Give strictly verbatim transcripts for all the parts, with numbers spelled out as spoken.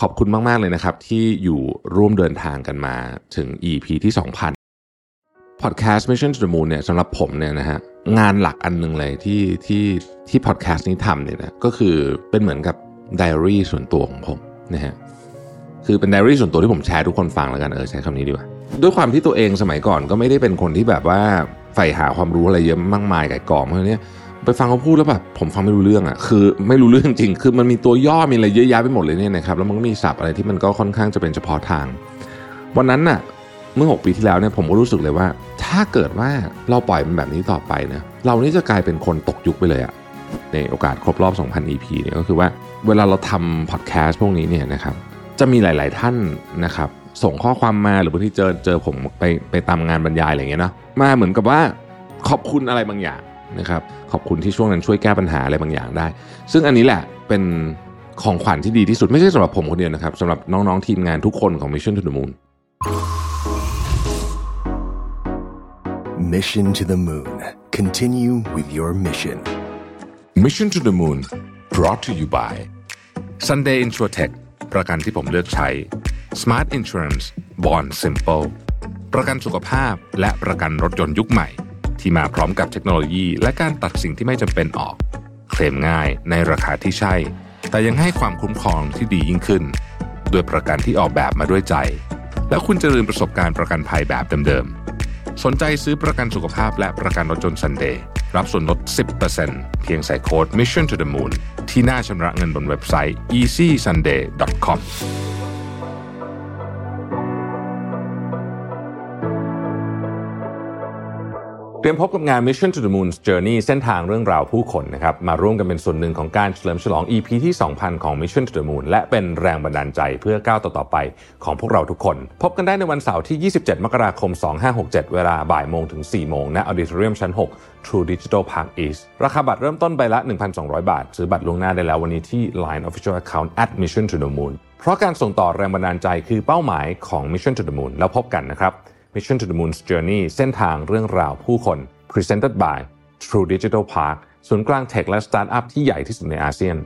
อบคุณมากๆเลยนะครับที่อยู่ร่วมเดินทางกันมาถึง อี พี ที่ สองพัน Podcast Mission to the Moon เนี่ยสำหรับผมเนี่ยนะฮะงานหลักอันนึงเลยที่ที่ที่ podcast นี้ทำเนี่ยนะก็คือเป็นเหมือนกับไดอารี่ส่วนตัวของผมนะฮะคือเป็นไดอารี่ส่วนตัวที่ผมแชร์ทุกคนฟังแล้วกันเออใช้คำนี้ดีกว่าด้วยความที่ตัวเองสมัยก่อนก็ไม่ได้เป็นคนที่แบบว่าใฝ่หาความรู้อะไรเยอะมากมายไก่กองเพราะเนี้ยไปฟังเขาพูดแล้วแบบผมฟังไม่รู้เรื่องอ่ะคือไม่รู้เรื่องจริงคือมันมีตัวย่อมีอะไรเยอะแยะไปหมดเลยเนี่ยนะครับแล้วมันก็มีศัพท์อะไรที่มันก็ค่อนข้างจะเป็นเฉพาะทางวันนั้นน่ะเมื่อหกปีที่แล้วเนี่ยผมก็รู้สึกเลยว่าถ้าเกิดว่าเราปล่อยมันแบบนี้ต่อไปนะเรานี่จะกลายเป็นคนตกยุคไปเลยอ่ะในโอกาสครบรอบ สองพัน อี พี เนี่ยก็คือว่าเวลาเราทำพอดแคสต์พวกนี้เนี่ยนะครับจะมีหลายๆท่านนะครับส่งข้อความมาหรือบางทีเจอเจอผมไปไปตามงานบรรยายอะไรอย่างเงี้ยเนาะมาเหมือนกับว่าขอบคุณอะไรบางอย่างนะครับขอบคุณที่ช่วงนั้นช่วยแก้ปัญหาอะไรบางอย่างได้ซึ่งอันนี้แหละเป็นของขวัญที่ดีที่สุดไม่ใช่สำหรับผมคนเดียวนะครับสำหรับน้องๆทีมงานทุกคนของ Mission to the Moon Mission to the Moon Continue with your mission Mission to the Moon brought to you by Sunday Insurtech ประกันที่ผมเลือกใช้ Smart Insurance Bond Simple ประกันสุขภาพและประกันรถยนต์ยุคใหม่ที่มาพร้อมกับเทคโนโลยีและการตัดสิ่งที่ไม่จำเป็นออกเคลมง่ายในราคาที่ใช่แต่ยังให้ความคุ้มครองที่ดียิ่งขึ้นด้วยประกันที่ออกแบบมาด้วยใจแล้วคุณจะลืมประสบการณ์ประกันภัยแบบเดิมๆสนใจซื้อประกันสุขภาพและประกันรถยนต์ Sunday รับส่วนลด สิบเปอร์เซ็นต์ เพียงใส่โค้ด Mission to the Moon ที่หน้าชำระเงินบนเว็บไซต์ อี ซี ซันเดย์ ดอท คอมเตรียมพบกับงาน Mission to the Moon's Journey เส้นทางเรื่องราวผู้คนนะครับมาร่วมกันเป็นส่วนหนึ่งของการเฉลิมฉลอง อี พี ที่ สองพัน ของ Mission to the Moon และเป็นแรงบันดาลใจเพื่อก้าวต่อๆไปของพวกเราทุกคนพบกันได้ในวันเสาร์ที่ ยี่สิบเจ็ด มกราคม สองพันห้าร้อยหกสิบเจ็ด เวลาบ่ายโมงถึง สี่โมงณ Auditorium ชั้น หก True Digital Park East ราคาบัตรเริ่มต้นใบละ หนึ่งพันสองร้อย บาทซื้อบัตรล่วงหน้าได้แล้ววันนี้ที่ ไลน์ Official Account แอท Mission to the Moon เพราะการส่งต่อแรงบันดาลใจคือเป้าหมายของ Mission to the Moon แล้วพบกันนะครับ Mission to the Moon's Journey เส้นทางเรื่องราวผู้คนPresented by True Digital Park ศูนย์กลางเทคและสตาร์ทอัพที่ใหญ่ที่สุดในอาเซียน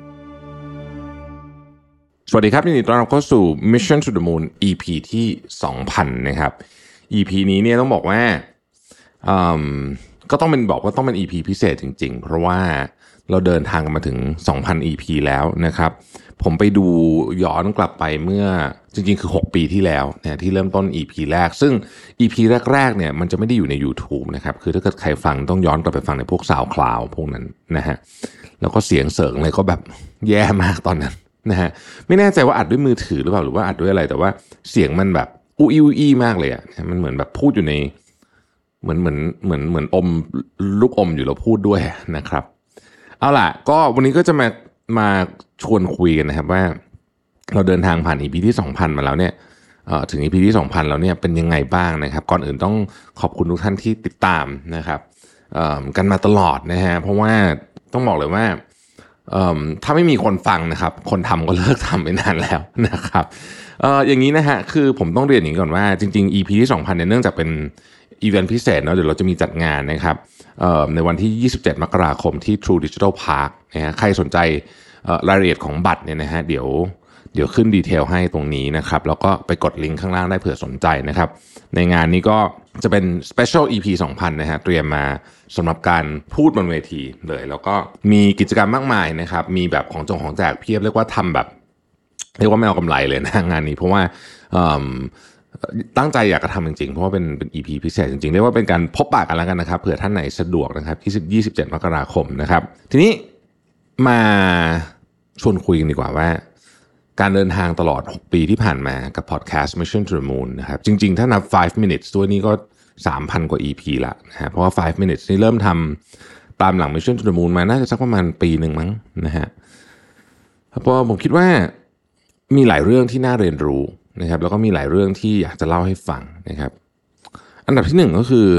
สวัสดีครับยินดีต้อนรับเข้าสู่ Mission to the Moon อี พี ที่ สองพัน นะครับ อี พี นี้เนี่ยต้องบอกว่าก็ต้องเป็นบอกว่าต้องเป็น อี พี พิเศษจริงๆเพราะว่าเราเดินทางกันมาถึง สองพัน อี พี แล้วนะครับผมไปดูย้อนกลับไปเมื่อจริงๆคือหกปีที่แล้วเนี่ยที่เริ่มต้น อี พี แรกซึ่ง อี พี แรกๆเนี่ยมันจะไม่ได้อยู่ใน YouTube นะครับคือถ้าเกิดใครฟังต้องย้อนกลับไปฟังในพวก SoundCloud พวกนั้นนะฮะแล้วก็เสียงเสริงอะไรก็แบบแย่มากตอนนั้นนะฮะไม่แน่ใจว่าอัดด้วยมือถือหรือเปล่าหรือว่าอัดด้วยอะไรแต่ว่าเสียงมันแบบอู้อี้อู้อี้มากเลยอ่ะมันเหมือนแบบพูดอยู่ในเหมือนเหมือนเหมือนเหมือนอมลูกอมอยู่แล้วพูดด้วยนะครับเอาล่ะก็วันนี้ก็จะมามาชวนคุยกันนะครับว่าเราเดินทางผ่าน อี พี ที่ สองพัน มาแล้วเนี่ยเอ่อถึง อี พี ที่ สองพัน แล้วเนี่ยเป็นยังไงบ้างนะครับก่อนอื่นต้องขอบคุณทุกท่านที่ติดตามนะครับเอ่อกันมาตลอดนะฮะเพราะว่าต้องบอกเลยว่าเอ่อถ้าไม่มีคนฟังนะครับคนทำก็เลิกทำไปนานแล้วนะครับเอ่ออย่างนี้นะฮะคือผมต้องเรียนอย่างนี้ก่อนว่าจริงๆ อี พี ที่ สองพัน เนี่ยเนื่องจากเป็นอีเวนต์พิเศษเนาะเดี๋ยวเราจะมีจัดงานนะครับเอ่อในวันที่ยี่สิบเจ็ดมกราคมที่ True Digital Park นะฮะใครสนใจรายละเอียดของบัตรเนี่ยนะฮะเดี๋ยวเดี๋ยวขึ้นดีเทลให้ตรงนี้นะครับแล้วก็ไปกดลิงก์ข้างล่างได้เผื่อสนใจนะครับในงานนี้ก็จะเป็น Special อี พี สองพัน นะฮะเตรียมมาสำหรับการพูดบนเวทีเลยแล้วก็มีกิจกรรมมากมายนะครับมีแบบของจงของแจกเพียบเรียกว่าทำแบบเรียกว่าไม่เอากำไรเลยนะงานนี้เพราะว่าตั้งใจอยากจะทำจริงๆเพราะว่าเป็นเป็น อี พี พิเศษจริงๆเรียกว่าเป็นการพบปะกันแล้วกันนะครับเผื่อท่านไหนสะดวกนะครับที่ยี่สิบเจ็ดมกราคมนะครับทีนี้มาชวนคุยกันดีกว่าว่าการเดินทางตลอดหกปีที่ผ่านมากับพอดแคสต์ Mission to the Moon นะครับจริงๆถ้านับfive minutes ด้วยนี่ก็ สามพัน กว่า อี พี ละนะฮะเพราะว่า five minutes นี่เริ่มทำตามหลัง Mission to the Moon มาน่าจะสักประมาณปีหนึ่งมั้งนะฮะเพราะผมคิดว่ามีหลายเรื่องที่น่าเรียนรู้นะครับแล้วก็มีหลายเรื่องที่อยากจะเล่าให้ฟังนะครับอันดับที่หนึ่งก็คือ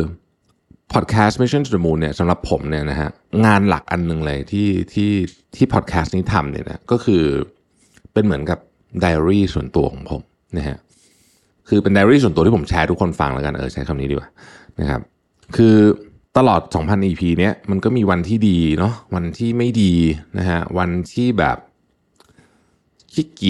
Podcast Mission to the Moon เนี่ยสำหรับผมเนี่ยนะฮะงานหลักอันนึงเลยที่ที่ที่ podcast นี้ทำเนี่ยนะก็คือเป็นเหมือนกับไดอารี่ส่วนตัวของผมนะฮะคือเป็นไดอารี่ส่วนตัวที่ผมแชร์ทุกคนฟังแล้วกันเออใช้คำนี้ดีกว่านะครับคือตลอด สองพัน อี พี เนี้ยมันก็มีวันที่ดีเนาะวันที่ไม่ดีนะฮะวันที่แบบขี้เกียจ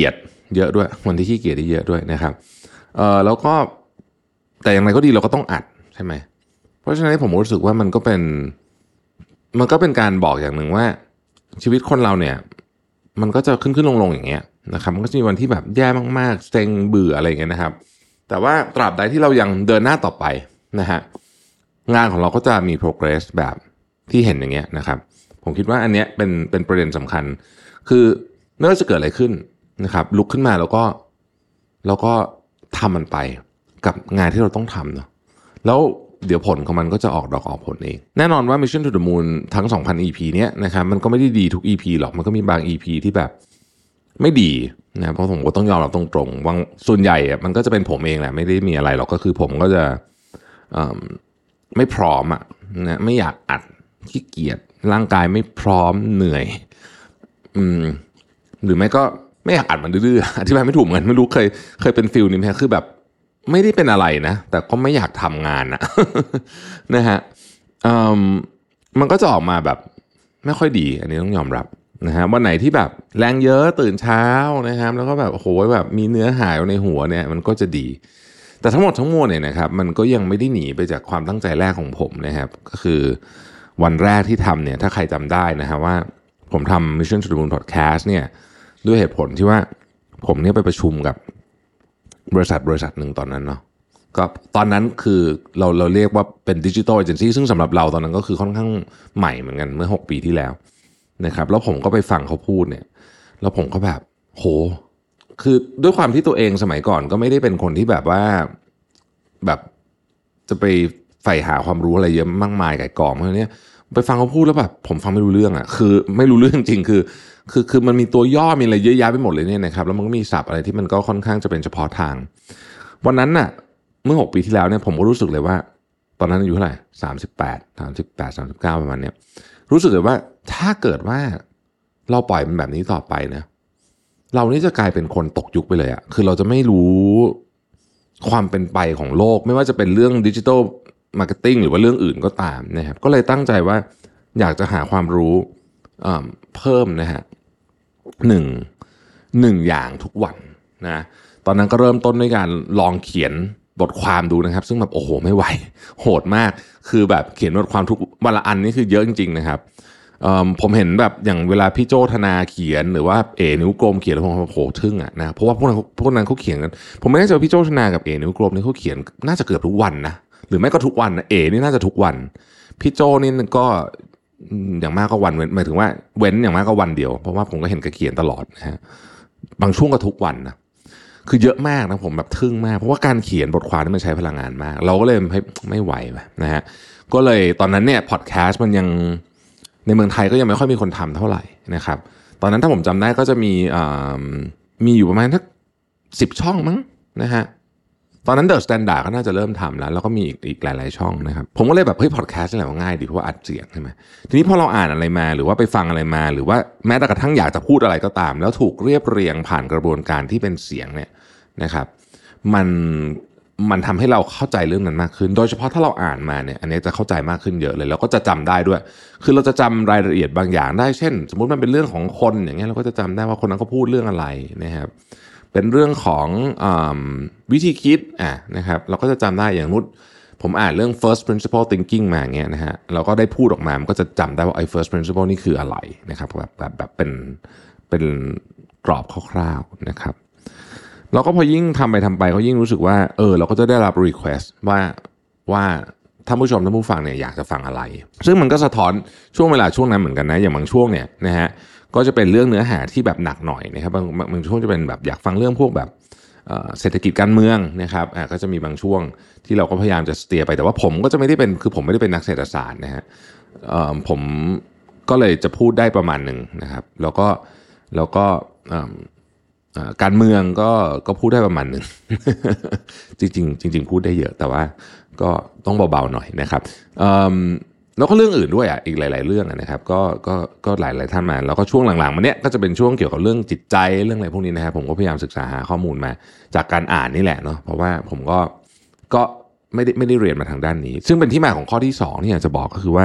เยอะด้วยวันที่ขี้เกียจได้เยอะด้วยนะครับเออแล้วก็แต่อย่างไรก็ดีเราก็ต้องอัดใช่ไหมเพราะฉะนั้นผมรู้สึกว่ามันก็เป็นมันก็เป็นการบอกอย่างหนึ่งว่าชีวิตคนเราเนี่ยมันก็จะขึ้นขึ้นลงลงอย่างเงี้ยนะครับมันก็จะมีวันที่แบบแย่มากๆเซ็งเบื่ออะไรอย่างเงี้ยนะครับแต่ว่าตราบใดที่เรายังเดินหน้าต่อไปนะฮะงานของเราก็จะมี progress แบบที่เห็นอย่างเงี้ยนะครับผมคิดว่าอันเนี้ยเป็นเป็นประเด็นสำคัญคือไม่ว่าจะเกิดอะไรขึ้นนะครับลุกขึ้นมาแล้วก็แล้วก็ทำมันไปกับงานที่เราต้องทำเนาะแล้วเดี๋ยวผลของมันก็จะออกดอกออกผลเองแน่นอนว่า Mission to the Moon ทั้ง สองพัน อี พี เนี้ยนะครับมันก็ไม่ได้ดีทุก อี พี หรอกมันก็มีบาง อี พี ที่แบบไม่ดีนะเพราะผมก็ต้องยอมรับตรงๆบางส่วนใหญ่อะมันก็จะเป็นผมเองแหละไม่ได้มีอะไรหรอกก็คือผมก็จะไม่พร้อมอ่ะนะไม่อยากอัดขี้เกียจร่างกายไม่พร้อมเหนื่อยอืมหรือไม่ก็ไม่อยากอัดมันดื้อๆอธิบายไม่ถูกเหมือนไม่รู้เคยเคยเป็นฟิลนี้ไหมคือแบบไม่ได้เป็นอะไรนะแต่ก็ไม่อยากทำงานนะนะฮะมันก็จะออกมาแบบไม่ค่อยดีอันนี้ต้องยอมรับนะฮะวันไหนที่แบบแรงเยอะตื่นเช้านะครับแล้วก็แบบโอ้โหแบบมีเนื้อหาอยู่ในหัวเนี่ยมันก็จะดีแต่ทั้งหมดทั้งมวลเนี่ยนะครับมันก็ยังไม่ได้หนีไปจากความตั้งใจแรกของผมนะครับก็คือวันแรกที่ทำเนี่ยถ้าใครจำได้นะฮะว่าผมทำ Mission to the Moon Podcast เนี่ยด้วยเหตุผลที่ว่าผมเนี่ยไปประชุมกับบริษัทบริษัทหนึ่งตอนนั้นเนาะก็ตอนนั้นคือเราเราเรียกว่าเป็นดิจิทัลเอเจนซี่ซึ่งสำหรับเราตอนนั้นก็คือค่อนข้างใหม่เหมือนกันเมื่อหกปีที่แล้วนะครับแล้วผมก็ไปฟังเขาพูดเนี่ยแล้วผมก็แบบโหคือด้วยความที่ตัวเองสมัยก่อนก็ไม่ได้เป็นคนที่แบบว่าแบบจะไปใฝ่หาความรู้อะไรเยอะมากมายไก่กองเพราะฉะนั้นไปฟังเขาพูดแล้วแบบผมฟังไม่รู้เรื่องอ่ะคือไม่รู้เรื่องจริงคือคือคือมันมีตัวย่อมีอะไรเยอะแยะไปหมดเลยเนี่ยนะครับแล้วมันก็มีศัพท์อะไรที่มันก็ค่อนข้างจะเป็นเฉพาะทางวันนั้นน่ะเมื่อหกปีที่แล้วเนี่ยผมก็รู้สึกเลยว่าตอนนั้นอายุเท่าไหร่สามสิบแปด สามสิบแปด สามสิบเก้าประมาณเนี้ยรู้สึกเลยว่าถ้าเกิดว่าเราปล่อยมันแบบนี้ต่อไปนะเรานี่จะกลายเป็นคนตกยุคไปเลยอะคือเราจะไม่รู้ความเป็นไปของโลกไม่ว่าจะเป็นเรื่องดิจิทัลมาร์เก็ตติ้งหรือว่าเรื่องอื่นก็ตามนะครับก็เลยตั้งใจว่าอยากจะหาความรู้เพิ่มนะฮะหนึ่งหนึ่งอย่างทุกวันนะตอนนั้นก็เริ่มต้นด้วยการลองเขียนบทความดูนะครับซึ่งแบบโอ้โหไม่ไหวโหดมากคือแบบเขียนบทความทุกวันละอันนี่คือเยอะจริงๆนะครับผมเห็นแบบอย่างเวลาพี่โจธนาเขียนหรือว่าเอนิ้วกลมเขียนแล้วผมโหทึ่งอ่ะนะเพราะว่าพวกนั้นพวกนั้นเขาเขียนกันผมไม่แน่ใจว่าพี่โจธนากับเอนิ้วกลมนี่เขาเขียนน่าจะเกือบทุกวันนะหรือไม่ก็ทุกวันนะเอนี่น่าจะทุกวันพี่โจนี่ก็อย่างมากก็วันเว้นหมายถึงว่าเว้นอย่างมากก็วันเดียวเพราะว่าผมก็เห็นแกเขียนตลอดนะฮะบางช่วงก็ทุกวันนะคือเยอะมากนะผมแบบทึ่งมากเพราะว่าการเขียนบทความนี่มันใช้พลังงานมากเราก็เลยไม่ไม่ไหวนะฮะก็เลยตอนนั้นเนี่ยพอดแคสต์มันยังในเมืองไทยก็ยังไม่ค่อยมีคนทำเท่าไหร่นะครับตอนนั้นถ้าผมจำได้ก็จะมีมีอยู่ประมาณสักสิบช่องมั้งนะฮะตอนนั้น The Standard ก็น่าจะเริ่มทำแล้วแล้วก็มีอีกอีกหลายๆช่องนะครับผมก็เลยแบบเฮ้ยพอดแคสต์นี่แหละว่าง่ายดีเพราะว่าอัดเสียงใช่ไหมทีนี้พอเราอ่านอะไรมาหรือว่าไปฟังอะไรมาหรือว่าแม้แต่กระทั่งอยากจะพูดอะไรก็ตามแล้วถูกเรียบเรียงผ่านกระบวนการที่เป็นเสียงเนี่ยนะครับมันมันทำให้เราเข้าใจเรื่องนั้นมากขึ้นโดยเฉพาะถ้าเราอ่านมาเนี่ยอันนี้จะเข้าใจมากขึ้นเยอะเลยแล้วก็จะจำได้ด้วยคือเราจะจำรายละเอียดบางอย่างได้เช่นสมมุติมันเป็นเรื่องของคนอย่างเงี้ยเราก็จะจำได้ว่าคนนั้นเขาพูดเรื่องอะไรนะครับเป็นเรื่องของวิธีคิดอ่ะนะครับเราก็จะจำได้อย่างนุดผมอ่านเรื่อง first principle thinking มาอย่างเงี้ยนะฮะเราก็ได้พูดออกมามันก็จะจำได้ว่าไอ้ first principle นี่คืออะไรนะครับแบบแบบแบบเป็นเป็นกรอบคร่าวๆนะครับเราก็พอยิ่งทำไปทำไปเขายิ่งรู้สึกว่าเออเราก็จะได้รับ request ว่าว่าท่านผู้ชมท่านผู้ฟังเนี่ยอยากจะฟังอะไรซึ่งมันก็สะท้อนช่วงเวลาช่วงนั้นเหมือนกันนะอย่างบางช่วงเนี่ยนะฮะก็จะเป็นเรื่องเนื้อหาที่แบบหนักหน่อยนะครับบางบางช่วงจะเป็นแบบอยากฟังเรื่องพวกแบบเศรษฐกิจการเมืองนะครับอ่าก็จะมีบางช่วงที่เราก็พยายามจะสเตียร์ไปแต่ว่าผมก็จะไม่ได้เป็นคือผมไม่ได้เป็นนักเศรษฐศาสตร์นะฮะผมก็เลยจะพูดได้ประมาณหนึ่งนะครับแล้วก็แล้วก็การเมืองก็ก็พูดได้ประมาณหนึ่ง จริงๆจริงๆพูดได้เยอะแต่ว่าก็ต้องเบาๆหน่อยนะครับแล้วก็เรื่องอื่นด้วยอ่ะอีกหลายๆเรื่องนะครับก็ก็ก็หลายๆท่านมาแล้วก็ช่วงหลังๆมาเนี้ยก็จะเป็นช่วงเกี่ยวกับเรื่องจิตใจเรื่องอะไรพวกนี้นะครับผมก็พยายามศึกษาหาข้อมูลมาจากการอ่านนี่แหละเนาะเพราะว่าผมก็ก็ไม่ได้ไม่ได้เรียนมาทางด้านนี้ซึ่งเป็นที่มาของข้อที่สองที่อยากจะบอกก็คือว่า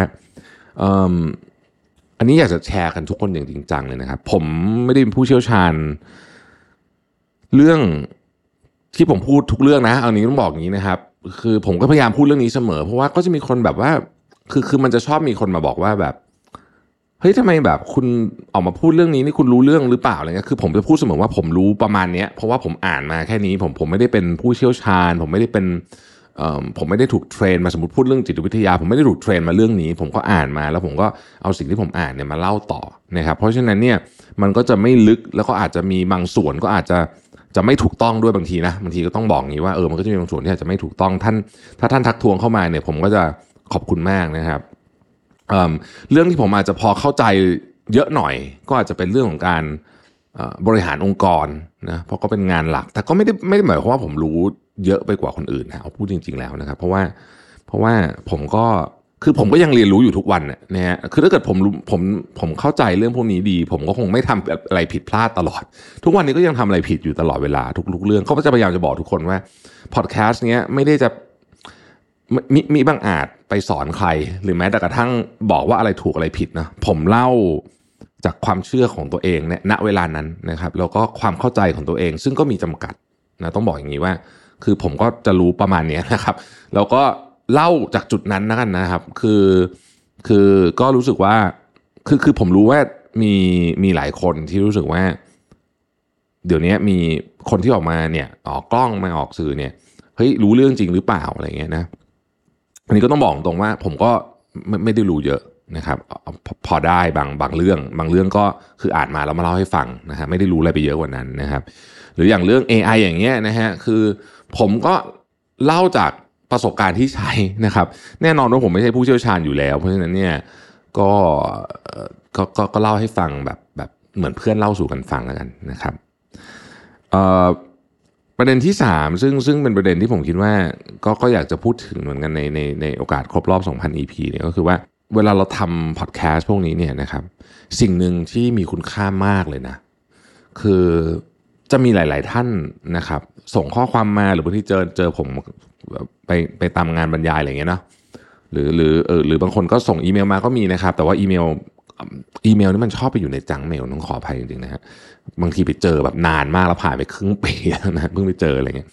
อันนี้อยากจะแชร์กันทุกคนอย่างจริงจังเลยนะครับผมไม่ได้เป็นผู้เชี่ยวชาญเรื่องที่ผมพูดทุกเรื่องนะเอานี้ต้องบอกอย่างนี้นะครับคือผมก็พยายามพูดเรื่องนี้เสมอเพราะว่าก็จะมีคนแบบว่าคือคือมันจะชอบมีคนมาบอกว่าแบบเฮ้ยทำไมแบบคุณออกมาพูดเรื่องนี้นี่คุณรู้เรื่องหรือเปล่าอะไรเงี้ยคือผมจะพูดเสมอว่าผมรู้ประมาณนี้เพราะว่าผมอ่านมาแค่นี้ผมผมไม่ได้เป็นผู้เชี่ยวชาญผมไม่ได้เป็นเอ่อผมไม่ได้ถูกเทรนมาสมมติพูดเรื่องจิตวิทยาผมไม่ได้ถูกเทรนมาเรื่องนี้ผมก็อ่านมาแล้วผมก็เอาสิ่งที่ผมอ่านเนี่ยมาเล่าต่อนะครับเพราะฉะนั้นเนี่ยมันก็จะไม่ลึกแล้วก็อาจจะมีบางส่วนก็อาจจะจะไม่ถูกต้องด้วยบางทีนะบางทีก็ต้องบอกอย่างนี้ว่าเออมันก็จะมีบางส่วนที่อาจจะไม่ถูกต้องท่านถ้าท่านทักท้วงเข้ามาเนี่ยผมก็จะขอบคุณมากนะครับ เอ่อเรื่องที่ผมอาจจะพอเข้าใจเยอะหน่อยก็อาจจะเป็นเรื่องของการบริหารองค์กรนะเพราะก็เป็นงานหลักแต่ก็ไม่ได้ไม่ได้หมายความว่าผมรู้เยอะไปกว่าคนอื่นนะเอาพูดจริงๆแล้วนะครับเพราะว่าเพราะว่าผมก็คือผมก็ยังเรียนรู้อยู่ทุกวันนะฮะคือถ้าเกิดผมผมผมเข้าใจเรื่องพวกนี้ดีผมก็คงไม่ทำอะไรผิดพลาดตลอดทุกวันนี้ก็ยังทำอะไรผิดอยู่ตลอดเวลาทุกๆเรื่องเขาก็จะพยายามจะบอกทุกคนว่าพอดแคสต์เนี้ยไม่ได้จะมีมีบางอาจไปสอนใครหรือแม้แต่กระทั่งบอกว่าอะไรถูกอะไรผิดนะผมเล่าจากความเชื่อของตัวเองเนี่ยณเวลานั้นนะครับแล้วก็ความเข้าใจของตัวเองซึ่งก็มีจำกัดนะต้องบอกอย่างนี้ว่าคือผมก็จะรู้ประมาณนี้นะครับแล้วก็เล่าจากจุดนั้นนะกันนะครับคือคือก็รู้สึกว่าคือคือผมรู้ว่ามีมีหลายคนที่รู้สึกว่าเดี๋ยวนี้มีคนที่ออกมาเนี่ยออกกล้องมาออกสื่อเนี่ยเฮ้ยรู้เรื่องจริงหรือเปล่าอะไรเงี้ยนะอันนี้ก็ต้องบอกตรงว่าผมก็ไม่ไม่ได้รู้เยอะนะครับพอได้บางบางเรื่องบางเรื่องก็คืออ่านมาแล้วมาเล่าให้ฟังนะฮะไม่ได้รู้อะไรไปเยอะกว่านั้นนะครับหรืออย่างเรื่อง เอ ไอ อย่างเงี้ยนะฮะคือผมก็เล่าจากประสบการณ์ที่ใช้นะครับแน่นอนว่าผมไม่ใช่ผู้เชี่ยวชาญอยู่แล้วเพราะฉะนั้นเนี่ยก็ก็ก็ก็เล่าให้ฟังแบบแบบเหมือนเพื่อนเล่าสู่กันฟังแล้วกันนะครับเอ่อประเด็นที่สามซึ่งซึ่งเป็นประเด็นที่ผมคิดว่าก็ก็อยากจะพูดถึงเหมือนกันในในในโอกาสครบรอบ สองพัน อี พี เนี่ยก็คือว่าเวลาเราทำพอดแคสต์พวกนี้เนี่ยนะครับสิ่งหนึ่งที่มีคุณค่ามากเลยนะคือจะมีหลายๆท่านนะครับส่งข้อความมาหรือบางทีเจอเจอผมไปไปตามงานบรรยายอะไรอย่างเงี้ยเนาะหรือหรือเออหรือบางคนก็ส่งอีเมลมาก็มีนะครับแต่ว่าอีเมลอีเมลนี่มันชอบไปอยู่ในจังเมลต้องขออภัยจริงๆนะฮะบางทีไปเจอแบบนานมากแล้วผ่านไปครึ่งปีแล้วนะเพิ่งไปเจออะไรเงี้ย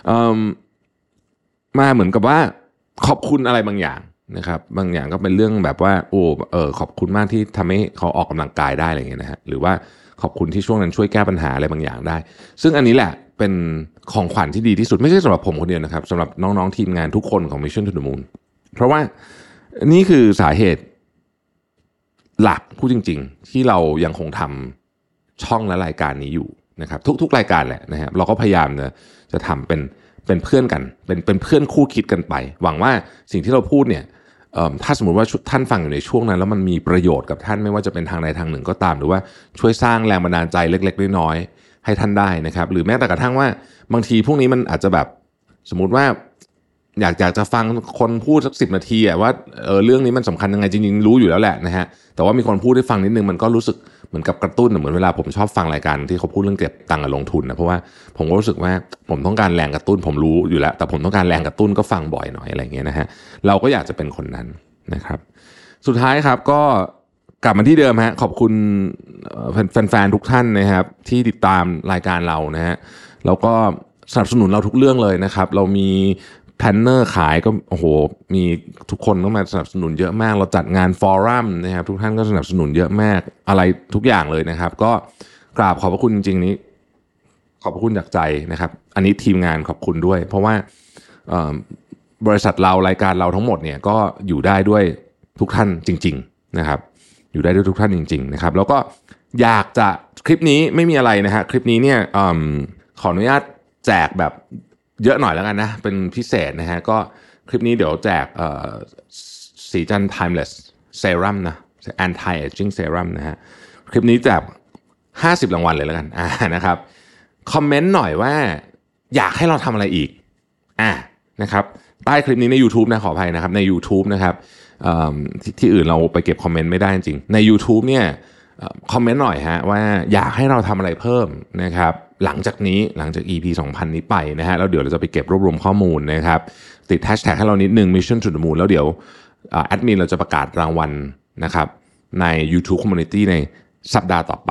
มาเหมือนกับว่าขอบคุณอะไรบางอย่างนะครับบางอย่างก็เป็นเรื่องแบบว่าโอ้เออขอบคุณมากที่ทำให้เขาออกกำลังกายได้อะไรเงี้ยนะฮะหรือว่าขอบคุณที่ช่วงนั้นช่วยแก้ปัญหาอะไรบางอย่างได้ซึ่งอันนี้แหละเป็นของขวัญที่ดีที่สุดไม่ใช่สำหรับผมคนเดียวนะครับสำหรับน้องๆทีมงานทุกคนของ Mission to the Moon เพราะว่านี่คือสาเหตุหลักพูดจริงๆที่เรายังคงทำช่องและรายการนี้อยู่นะครับทุกๆรายการแหละนะฮะเราก็พยายามจะจะทำเป็นเป็นเพื่อนกันเป็นเป็นเพื่อนคู่คิดกันไปหวังว่าสิ่งที่เราพูดเนี่ยถ้าสมมติว่าท่านฟังอยู่ในช่วงนั้นแล้วมันมีประโยชน์กับท่านไม่ว่าจะเป็นทางใดทางหนึ่งก็ตามหรือว่าช่วยสร้างแรงบันดาลใจเล็กๆน้อยๆให้ท่านได้นะครับหรือแม้แต่กระทั่งว่าบางทีพวกนี้มันอาจจะแบบสมมุติว่าอยากอยากจะฟังคนพูดสักสิบนาทีอะว่าเออเรื่องนี้มันสำคัญยังไงจริงๆรู้อยู่แล้วแหละนะฮะแต่ว่ามีคนพูดให้ฟังนิดนึงมันก็รู้สึกเหมือนกับกระตุ้นเหมือนเวลาผมชอบฟังรายการที่เขาพูดเรื่องเก็บตังค์กับลงทุนนะเพราะว่าผมก็รู้สึกว่าผมต้องการแรงกระตุ้นผมรู้อยู่แล้วแต่ผมต้องการแรงกระตุ้นก็ฟังบ่อยหน่อยอะไรเงี้ยนะฮะเราก็อยากจะเป็นคนนั้นนะครับสุดท้ายครับก็กลับมาที่เดิมฮะขอบคุณแฟนๆทุกท่านนะครับที่ติดตามรายการเรานะฮะแล้วก็สนับสนุนเราทุกเรื่องเลยนะครับเรามีแพลนเนอร์ขายก็โอ้โหมีทุกคนก็มาสนับสนุนเยอะมากเราจัดงานฟอรัมนะครับทุกท่านก็สนับสนุนเยอะมากอะไรทุกอย่างเลยนะครับก็กราบขอบพระคุณจริงๆนี้ขอบพระคุณจากใจนะครับอันนี้ทีมงานขอบคุณด้วยเพราะว่าบริษัทเรารายการเราทั้งหมดเนี่ยก็อยู่ได้ด้วยทุกท่านจริงๆนะครับอยู่ได้ด้วยทุกท่านจริงๆนะครับแล้วก็อยากจะคลิปนี้ไม่มีอะไรนะฮะคลิปนี้เนี่ยขออนุญาตแจกแบบเยอะหน่อยแล้วกันนะเป็นพิเศษนะฮะก็คลิปนี้เดี๋ยวแจกสีจัน Timeless Serum นะ Anti Aging Serum นะฮะคลิปนี้แจกห้าสิบรางวัลเลยแล้วกันอ่านะครับคอมเมนต์หน่อยว่าอยากให้เราทำอะไรอีกอ่านะครับใต้คลิปนี้ใน YouTube นะขออภัยนะครับใน YouTube นะครับท, ที่อื่นเราไปเก็บคอมเมนต์ไม่ได้จริงใน YouTube เนี่ยคอมเมนต์หน่อยฮะว่าอยากให้เราทำอะไรเพิ่มนะครับหลังจากนี้หลังจาก อี พี สองพันนี้ไปนะฮะแล้วเดี๋ยวเราจะไปเก็บรวบรวมข้อมูลนะครับติดแฮชแท็กให้เรานิดนึง Mission to the Moon แล้วเดี๋ยวแอดมินเราจะประกาศรางวัลนะครับใน YouTube Community ในสัปดาห์ต่อไป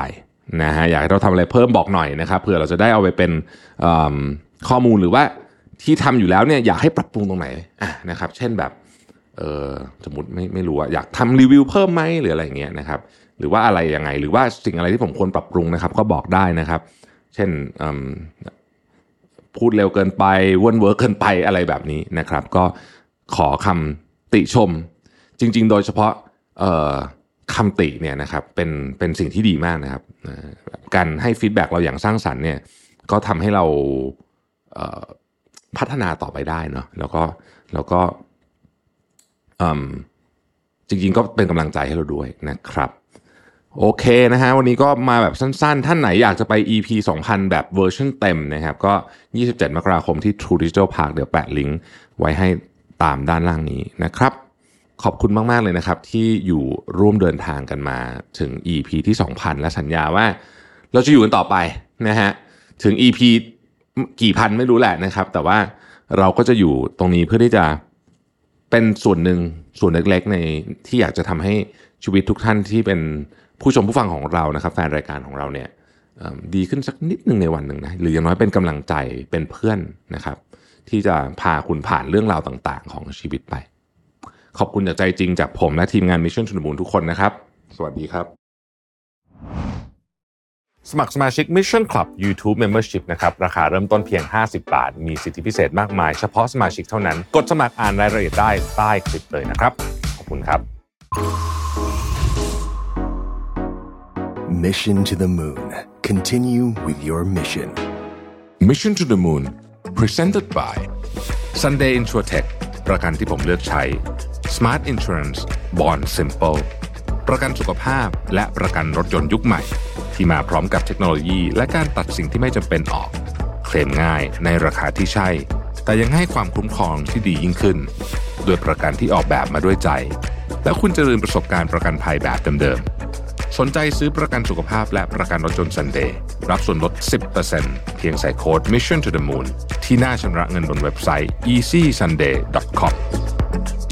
นะฮะอยากให้เราทำอะไรเพิ่มบอกหน่อยนะครับเผื่อเราจะได้เอาไปเป็นข้อมูลหรือว่าที่ทำอยู่แล้วเนี่ยอยากให้ปรับปรุงตรงไหนอ่ะนะครับเช่นแบบเออสมมติไม่ไม่รู้ว่าอยากทำรีวิวเพิ่มไหมหรืออะไรอย่างเงี้ยนะครับหรือว่าอะไรยังไงหรือว่าสิ่งอะไรที่ผมควรปรับปรุงนะครับก็บอกได้นะครับเช่นพูดเร็วเกินไปวนเวิร์กเกินไปอะไรแบบนี้นะครับก็ขอคำติชมจริงๆโดยเฉพาะคำติเนี่ยนะครับเป็นเป็นสิ่งที่ดีมากนะครับการให้ฟีดแบ็กเราอย่างสร้างสรรค์เนี่ยก็ทำให้เราพัฒนาต่อไปได้เนาะแล้วก็แล้วก็จริงๆก็เป็นกำลังใจให้เราด้วยนะครับโอเคนะฮะวันนี้ก็มาแบบสั้นๆท่านไหนอยากจะไป อี พี สองพันแบบเวอร์ชันเต็มนะครับก็ยี่สิบเจ็ดมกราคมที่ True Digital Park เดี๋ยวแปะลิงก์ไว้ให้ตามด้านล่างนี้นะครับขอบคุณมากๆเลยนะครับที่อยู่ร่วมเดินทางกันมาถึง อี พี ที่ สองพัน และสัญญาว่าเราจะอยู่กันต่อไปนะฮะถึง อี พี กี่พันไม่รู้แหละนะครับแต่ว่าเราก็จะอยู่ตรงนี้เพื่อที่จะเป็นส่วนหนึ่งส่วนเล็กๆในที่อยากจะทำให้ชีวิตทุกท่านที่เป็นผู้ชมผู้ฟังของเรานะครับแฟนรายการของเราเนี่ยดีขึ้นสักนิดนึงในวันหนึ่งนะหรืออย่างน้อยเป็นกำลังใจเป็นเพื่อนนะครับที่จะพาคุณผ่านเรื่องราวต่างๆของชีวิตไปขอบคุณจากใจจริงจากผมและทีมงาน Mission to the Moon ทุกคนนะครับสวัสดีครับสมัครสมาชิก Mission Club YouTube Membership นะครับราคาเริ่มต้นเพียงห้าสิบบาทมีสิทธิพิเศษมากมายเฉพาะสมาชิกเท่านั้นกดสมัครอ่านรายละเอียดได้ใต้คลิปเลยนะครับขอบคุณครับ Mission to the Moon Continue with your mission Mission to the Moon Presented by Sunday Insurtech ประกันที่ผมเลือกใช้ Smart Insurance Bond Simple ประกันสุขภาพและประกันรถยนต์ยุคใหม่ที่มาพร้อมกับเทคโนโลยีและการตัดสิ่งที่ไม่จำเป็นออกเคลมง่ายในราคาที่ใช่แต่ยังให้ความคุ้มครองที่ดียิ่งขึ้นด้วยประกันที่ออกแบบมาด้วยใจและคุณจะลืมประสบการณ์ประกันภัยแบบเดิมๆสนใจซื้อประกันสุขภาพและประกันรถยนต์ Sunday รับส่วนลด สิบเปอร์เซ็นต์ เพียงใส่โค้ด Mission to the Moon ที่หน้าชำระเงินบนเว็บไซต์ อี ซี ซันเดย์ ดอท คอม